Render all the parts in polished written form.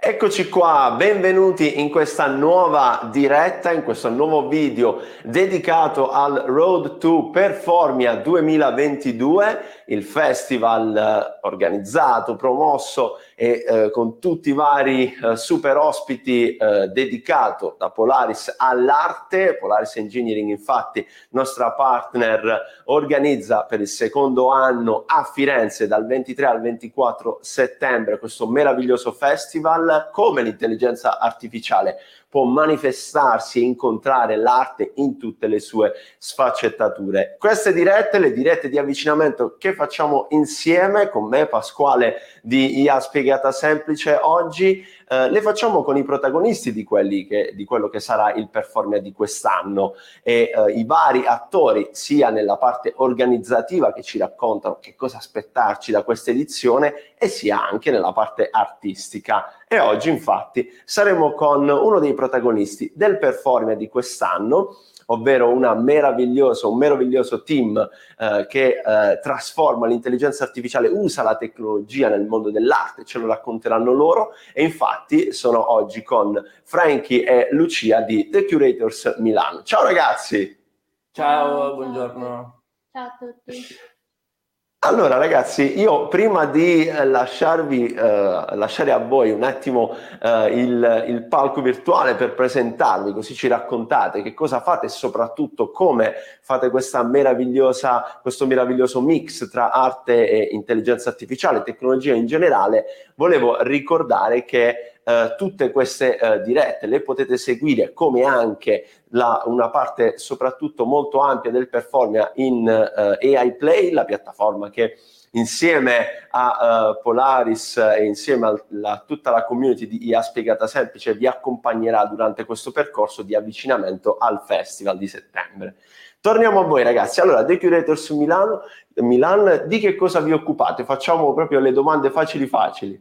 Eccoci qua, benvenuti in questa nuova diretta, in questo nuovo video dedicato al Road to Performia 2022, il festival organizzato, promosso e con tutti i vari super ospiti dedicato da Polaris all'arte. Polaris Engineering, infatti, nostra partner, organizza per il secondo anno a Firenze dal 23 al 24 settembre questo meraviglioso festival. Come l'intelligenza artificiale può manifestarsi e incontrare l'arte in tutte le sue sfaccettature. Queste dirette, le dirette di avvicinamento che facciamo insieme con me, Pasquale di IA Spiegata Semplice, oggi le facciamo con i protagonisti di quello che sarà il Performia di quest'anno e i vari attori, sia nella parte organizzativa che ci raccontano che cosa aspettarci da questa edizione, e sia anche nella parte artistica. E oggi infatti saremo con uno dei protagonisti del Performia di quest'anno, ovvero un meraviglioso team che trasforma l'intelligenza artificiale, usa la tecnologia nel mondo dell'arte, ce lo racconteranno loro. E infatti sono oggi con Frankie e Lucia di The Curators Milano. Ciao ragazzi! Ciao, buongiorno. Ciao a tutti. Allora ragazzi, io prima di lasciare a voi un attimo il palco virtuale per presentarvi, così ci raccontate che cosa fate e soprattutto come fate questo meraviglioso mix tra arte e intelligenza artificiale, tecnologia in generale, volevo ricordare che tutte queste dirette le potete seguire, come anche una parte soprattutto molto ampia del Performia in AI Play, la piattaforma che insieme a Polaris e insieme a tutta la community di IA Spiegata Semplice vi accompagnerà durante questo percorso di avvicinamento al Festival di settembre. Torniamo a voi ragazzi. Allora, The Curators Milan, di che cosa vi occupate? Facciamo proprio le domande facili.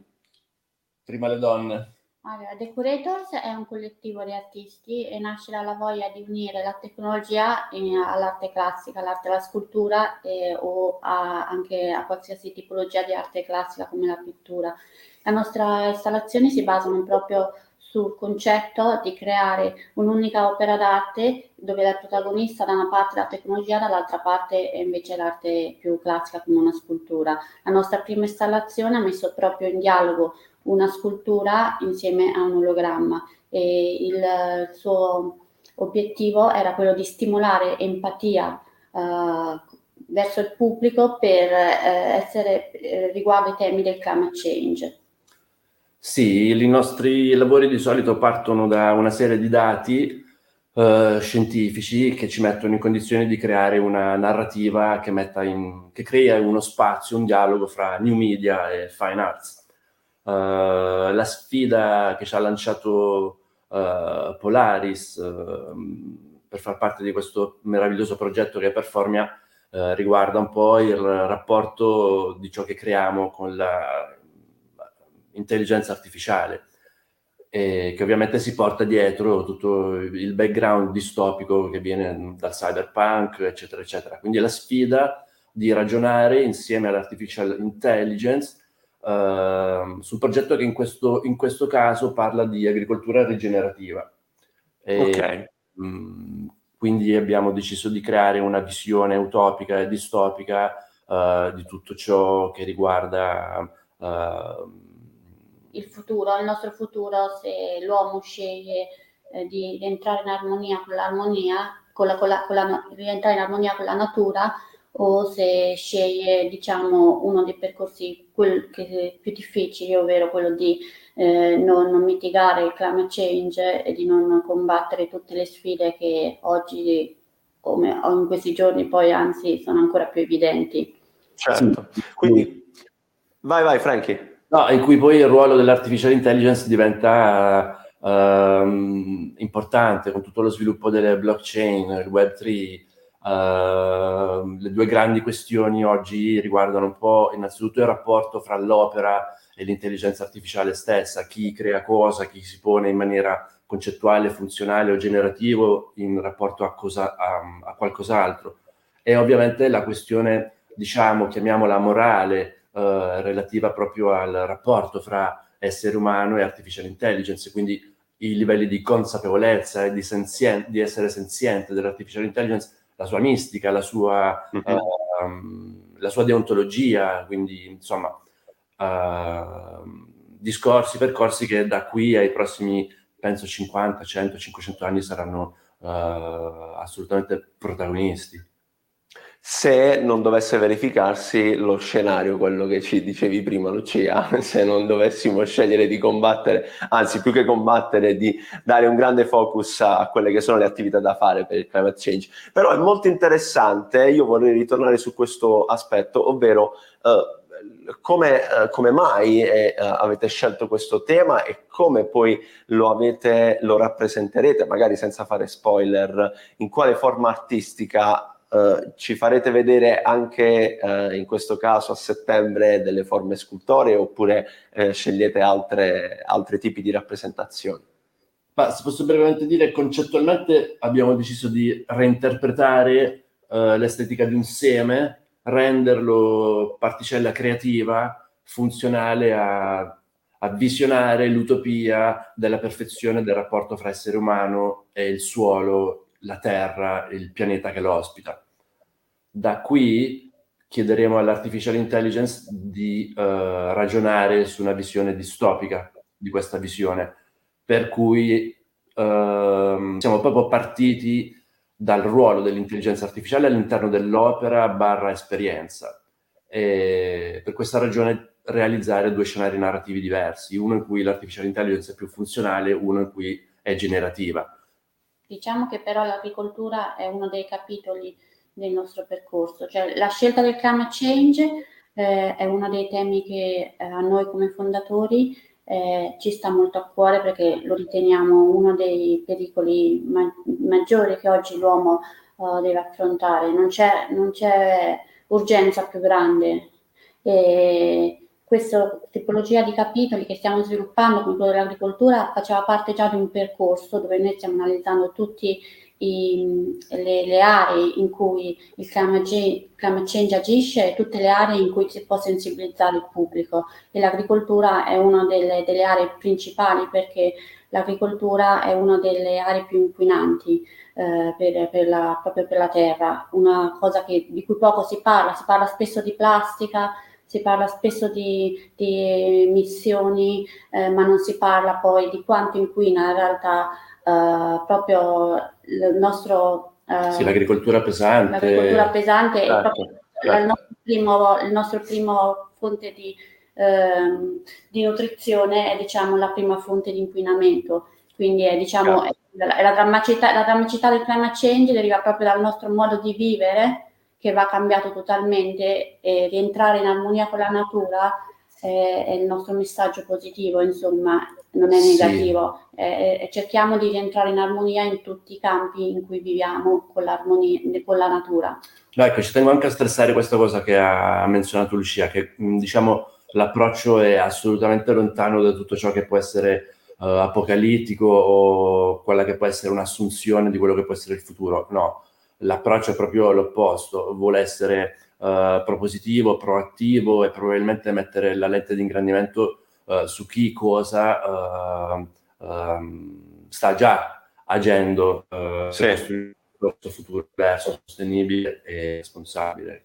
Prima le donne. Allora, The Curators è un collettivo di artisti e nasce dalla voglia di unire la tecnologia all'arte classica, all'arte alla scultura o anche a qualsiasi tipologia di arte classica come la pittura. Le nostre installazioni si basano proprio sul concetto di creare un'unica opera d'arte dove la protagonista da una parte la tecnologia, dall'altra parte è invece l'arte più classica come una scultura. La nostra prima installazione ha messo proprio in dialogo una scultura insieme a un ologramma e il suo obiettivo era quello di stimolare empatia verso il pubblico per essere riguardo ai temi del climate change. Sì, i nostri lavori di solito partono da una serie di dati scientifici che ci mettono in condizione di creare una narrativa che crea uno spazio, un dialogo fra new media e fine arts. La sfida che ci ha lanciato Polaris per far parte di questo meraviglioso progetto che è Performia riguarda un po' il rapporto di ciò che creiamo con la intelligenza artificiale, che ovviamente si porta dietro tutto il background distopico che viene dal cyberpunk, eccetera, eccetera. Quindi è la sfida di ragionare insieme all'artificial intelligence su un progetto che in questo caso parla di agricoltura rigenerativa. Ok. Quindi abbiamo deciso di creare una visione utopica e distopica di tutto ciò che riguarda il futuro, il nostro futuro, se l'uomo sceglie di rientrare in armonia con l'armonia, rientrare in armonia con la natura, o se sceglie, diciamo, uno dei percorsi più difficili, ovvero quello di non mitigare il climate change e di non combattere tutte le sfide che oggi, come in questi giorni, poi anzi sono ancora più evidenti. Certo. Sì. Quindi vai Frankie. No, in cui poi il ruolo dell'artificial intelligence diventa importante con tutto lo sviluppo delle blockchain, il Web3. Le due grandi questioni oggi riguardano un po' innanzitutto il rapporto fra l'opera e l'intelligenza artificiale stessa, chi crea cosa, chi si pone in maniera concettuale, funzionale o generativo in rapporto a qualcos'altro. E ovviamente la questione, diciamo, chiamiamola morale, relativa proprio al rapporto fra essere umano e artificial intelligence, quindi i livelli di consapevolezza e di essere senziente dell'artificial intelligence, la sua mistica, la sua deontologia, quindi insomma percorsi che da qui ai prossimi, penso, 50, 100, 500 anni saranno assolutamente protagonisti. Se non dovesse verificarsi lo scenario, quello che ci dicevi prima, Lucia, se non dovessimo scegliere di combattere, anzi più che combattere, di dare un grande focus a quelle che sono le attività da fare per il climate change. Però è molto interessante, io vorrei ritornare su questo aspetto, ovvero come mai avete scelto questo tema e come poi lo rappresenterete, magari senza fare spoiler, in quale forma artistica. Ci farete vedere anche in questo caso a settembre delle forme scultoree oppure scegliete altri tipi di rappresentazioni? Ma se posso brevemente dire, concettualmente abbiamo deciso di reinterpretare l'estetica di un seme, renderlo particella creativa, funzionale a visionare l'utopia della perfezione del rapporto fra essere umano e il suolo, la terra, il pianeta che lo ospita. Da qui chiederemo all'artificial intelligence di ragionare su una visione distopica di questa visione, per cui siamo proprio partiti dal ruolo dell'intelligenza artificiale all'interno dell'opera / esperienza, e per questa ragione realizzare 2 scenari narrativi diversi, uno in cui l'artificial intelligence è più funzionale, uno in cui è generativa. Diciamo che però l'agricoltura è uno dei capitoli del nostro percorso, cioè la scelta del climate change è uno dei temi che a noi come fondatori ci sta molto a cuore, perché lo riteniamo uno dei pericoli maggiori che oggi l'uomo deve affrontare. Non c'è urgenza più grande. Questa tipologia di capitoli che stiamo sviluppando, come quello dell'agricoltura, faceva parte già di un percorso dove noi stiamo analizzando tutte le aree in cui il climate change agisce e tutte le aree in cui si può sensibilizzare il pubblico, e l'agricoltura è una delle aree principali, perché l'agricoltura è una delle aree più inquinanti proprio per la terra, una cosa di cui poco si parla spesso di plastica, si parla spesso di emissioni, ma non si parla poi di quanto inquina in realtà proprio il nostro... sì, l'agricoltura pesante. L'agricoltura pesante certo, è proprio certo. il nostro primo fonte di nutrizione, è diciamo la prima fonte di inquinamento. Quindi è diciamo la drammaticità del climate change deriva proprio dal nostro modo di vivere, che va cambiato totalmente, e rientrare in armonia con la natura è il nostro messaggio positivo, insomma, non è negativo. Sì. Cerchiamo di rientrare in armonia in tutti i campi in cui viviamo con la natura. No, ecco, ci tengo anche a stressare questa cosa che ha menzionato Lucia, che diciamo l'approccio è assolutamente lontano da tutto ciò che può essere apocalittico o quella che può essere un'assunzione di quello che può essere il futuro. No, l'approccio è proprio l'opposto, vuole essere propositivo, proattivo e probabilmente mettere la lente di ingrandimento su chi cosa sta già agendo per costruire il nostro futuro diverso, sostenibile e responsabile.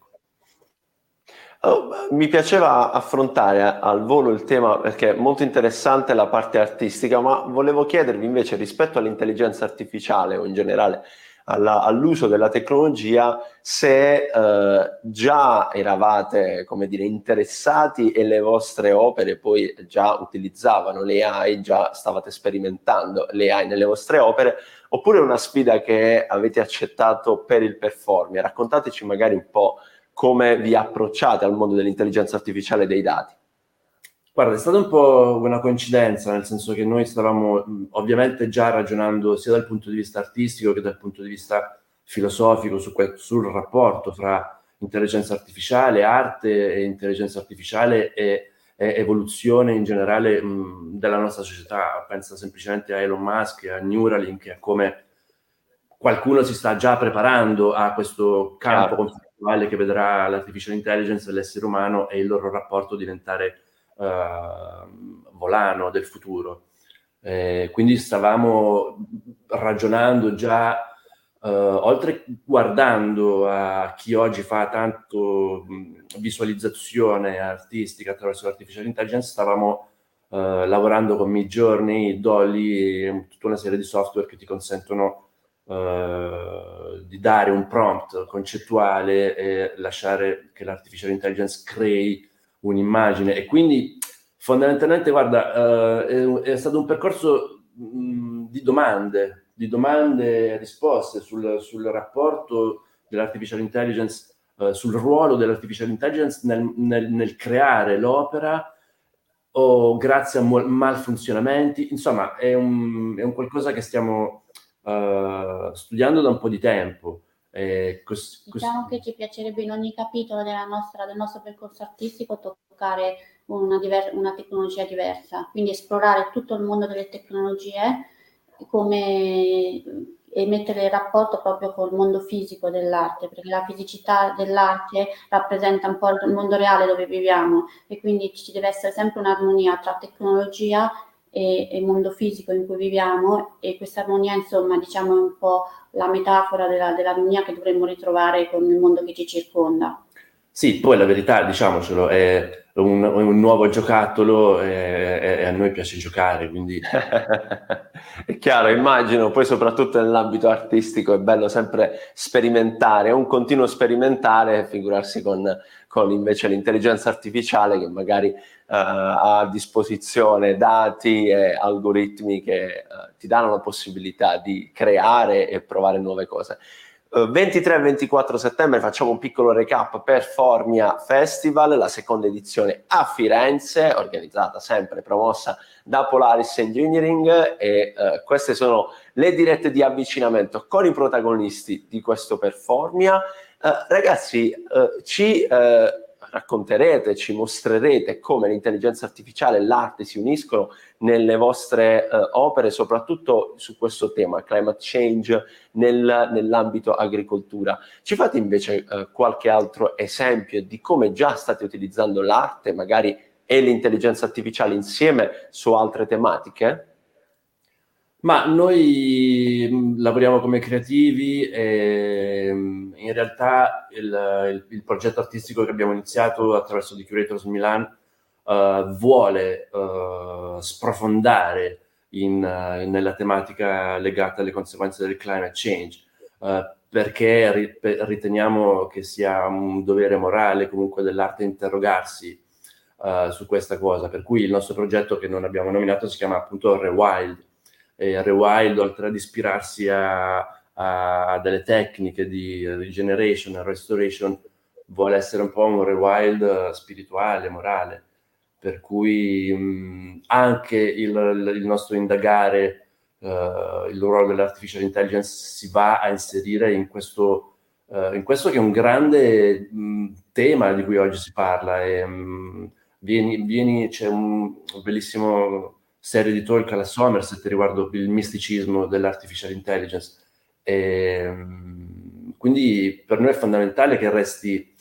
Mi piaceva affrontare al volo il tema, perché è molto interessante la parte artistica, ma volevo chiedervi invece, rispetto all'intelligenza artificiale o in generale all'uso della tecnologia, se già eravate, come dire, interessati e le vostre opere poi già utilizzavano le AI, già stavate sperimentando le AI nelle vostre opere, oppure una sfida che avete accettato per il Performia. Raccontateci magari un po' come vi approcciate al mondo dell'intelligenza artificiale e dei dati. Guarda, è stata un po' una coincidenza, nel senso che noi stavamo ovviamente già ragionando sia dal punto di vista artistico che dal punto di vista filosofico sul rapporto fra intelligenza artificiale, arte e intelligenza artificiale e evoluzione in generale della nostra società. Pensa semplicemente a Elon Musk, a Neuralink, a come qualcuno si sta già preparando a questo campo conflittuale che vedrà l'artificial intelligence e l'essere umano e il loro rapporto diventare volano del futuro. Quindi stavamo ragionando già, oltre guardando a chi oggi fa tanto visualizzazione artistica attraverso l'artificial intelligence, stavamo lavorando con Midjourney, Dolly e tutta una serie di software che ti consentono di dare un prompt concettuale e lasciare che l'artificial intelligence crei un'immagine. E quindi fondamentalmente, guarda, è stato un percorso di domande e risposte sul rapporto dell'artificial intelligence, sul ruolo dell'artificial intelligence nel creare l'opera, o grazie a malfunzionamenti. Insomma, è un qualcosa che stiamo studiando da un po' di tempo. Diciamo che ci piacerebbe in ogni capitolo del nostro percorso artistico toccare una tecnologia diversa, quindi esplorare tutto il mondo delle tecnologie e mettere in rapporto proprio col mondo fisico dell'arte, perché la fisicità dell'arte rappresenta un po' il mondo reale dove viviamo, e quindi ci deve essere sempre un'armonia tra tecnologia e il mondo fisico in cui viviamo, e questa armonia, insomma, diciamo, è un po' la metafora dell'armonia che dovremmo ritrovare con il mondo che ci circonda. Sì, poi la verità, diciamocelo, è un nuovo giocattolo e a noi piace giocare, quindi... È chiaro, immagino, poi soprattutto nell'ambito artistico è bello sempre sperimentare, è un continuo sperimentare, figurarsi con invece l'intelligenza artificiale che magari ha a disposizione dati e algoritmi che ti danno la possibilità di creare e provare nuove cose. 23 e 24 settembre facciamo un piccolo recap per Formia Festival, la seconda edizione a Firenze, organizzata sempre, promossa da Polaris Engineering, e queste sono le dirette di avvicinamento con i protagonisti di questo Performia. Ragazzi, ci racconterete, ci mostrerete come l'intelligenza artificiale e l'arte si uniscono nelle vostre opere, soprattutto su questo tema, climate change, nell'ambito agricoltura. Ci fate invece qualche altro esempio di come già state utilizzando l'arte, magari, e l'intelligenza artificiale insieme su altre tematiche? Ma noi lavoriamo come creativi e in realtà il progetto artistico che abbiamo iniziato attraverso The Curators Milan vuole sprofondare nella tematica legata alle conseguenze del climate change, perché riteniamo che sia un dovere morale comunque dell'arte interrogarsi su questa cosa, per cui il nostro progetto, che non abbiamo nominato, si chiama appunto Rewild. E Rewild, oltre ad ispirarsi a delle tecniche di regeneration e restoration, vuole essere un po' un rewild spirituale, morale, per cui anche il nostro indagare il ruolo dell'artificial intelligence si va a inserire in questo che è un grande tema di cui oggi si parla. E, c'è un bellissimo serie di talk alla Somerset riguardo il misticismo dell'artificial intelligence, e quindi per noi è fondamentale che resti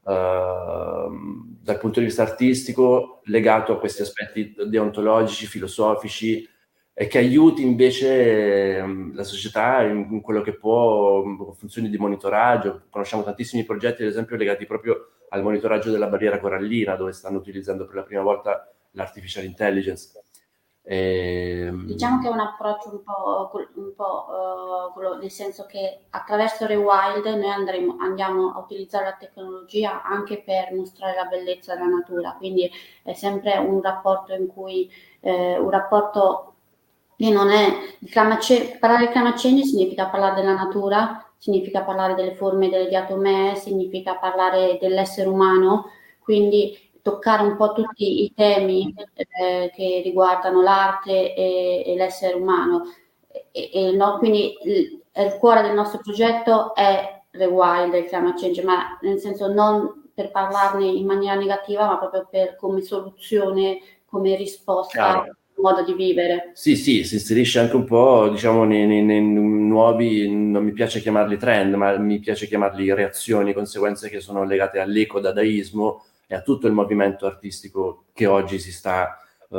dal punto di vista artistico legato a questi aspetti deontologici, filosofici, e che aiuti invece la società in quello che può, funzioni di monitoraggio. Conosciamo tantissimi progetti, ad esempio, legati proprio al monitoraggio della barriera corallina, dove stanno utilizzando per la prima volta l'artificial intelligence. Diciamo che è un approccio un po' nel senso che attraverso Rewild noi andiamo a utilizzare la tecnologia anche per mostrare la bellezza della natura, quindi è sempre un rapporto in cui un rapporto che non è parlare di climate change significa parlare della natura, significa parlare delle forme delle diatomee, significa parlare dell'essere umano, quindi toccare un po' tutti i temi che riguardano l'arte e l'essere umano. Quindi il cuore del nostro progetto è Rewild, il climate change, ma nel senso non per parlarne in maniera negativa, ma proprio come soluzione, come risposta al modo di vivere. Sì, si inserisce anche un po', diciamo, nei nuovi, non mi piace chiamarli trend, ma mi piace chiamarli reazioni, conseguenze che sono legate all'ecodadaismo, e a tutto il movimento artistico che oggi si sta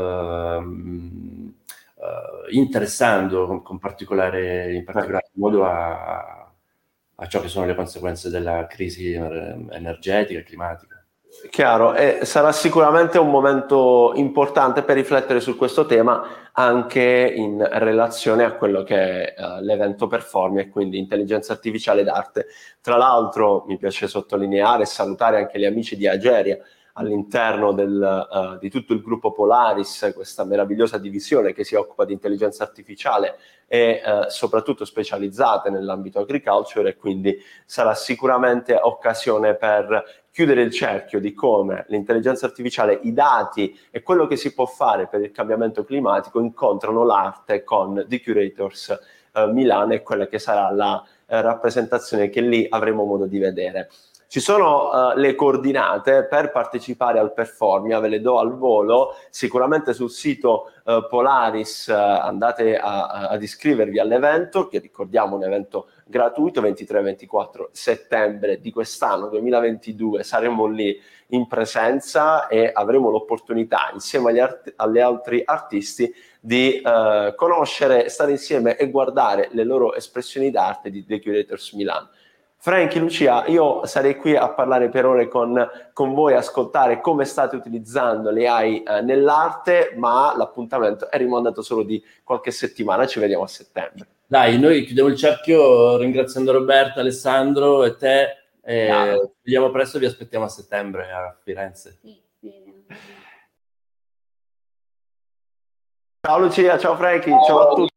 interessando in particolare modo a ciò che sono le conseguenze della crisi energetica e climatica. Chiaro, e sarà sicuramente un momento importante per riflettere su questo tema anche in relazione a quello che è l'evento Performia e quindi intelligenza artificiale d'arte. Tra l'altro mi piace sottolineare e salutare anche gli amici di Ageria all'interno di tutto il gruppo Polaris, questa meravigliosa divisione che si occupa di intelligenza artificiale e soprattutto specializzate nell'ambito agriculture, e quindi sarà sicuramente occasione per chiudere il cerchio di come l'intelligenza artificiale, i dati e quello che si può fare per il cambiamento climatico incontrano l'arte con The Curators Milano e quella che sarà la rappresentazione che lì avremo modo di vedere. Ci sono le coordinate per partecipare al Performia, ve le do al volo, sicuramente sul sito Polaris andate ad iscrivervi all'evento, che ricordiamo un evento gratuito, 23-24 settembre di quest'anno 2022 saremo lì in presenza e avremo l'opportunità insieme agli altri artisti di conoscere, stare insieme e guardare le loro espressioni d'arte di The Curators Milano. Franchi, Lucia, io sarei qui a parlare per ore con voi, ascoltare come state utilizzando le AI nell'arte, ma l'appuntamento è rimandato solo di qualche settimana, ci vediamo a settembre. Dai, noi chiudiamo il cerchio ringraziando Roberta, Alessandro e te, ci vediamo presto, vi aspettiamo a settembre a Firenze. Sì. Ciao Lucia, ciao Franchi, ciao a tutti.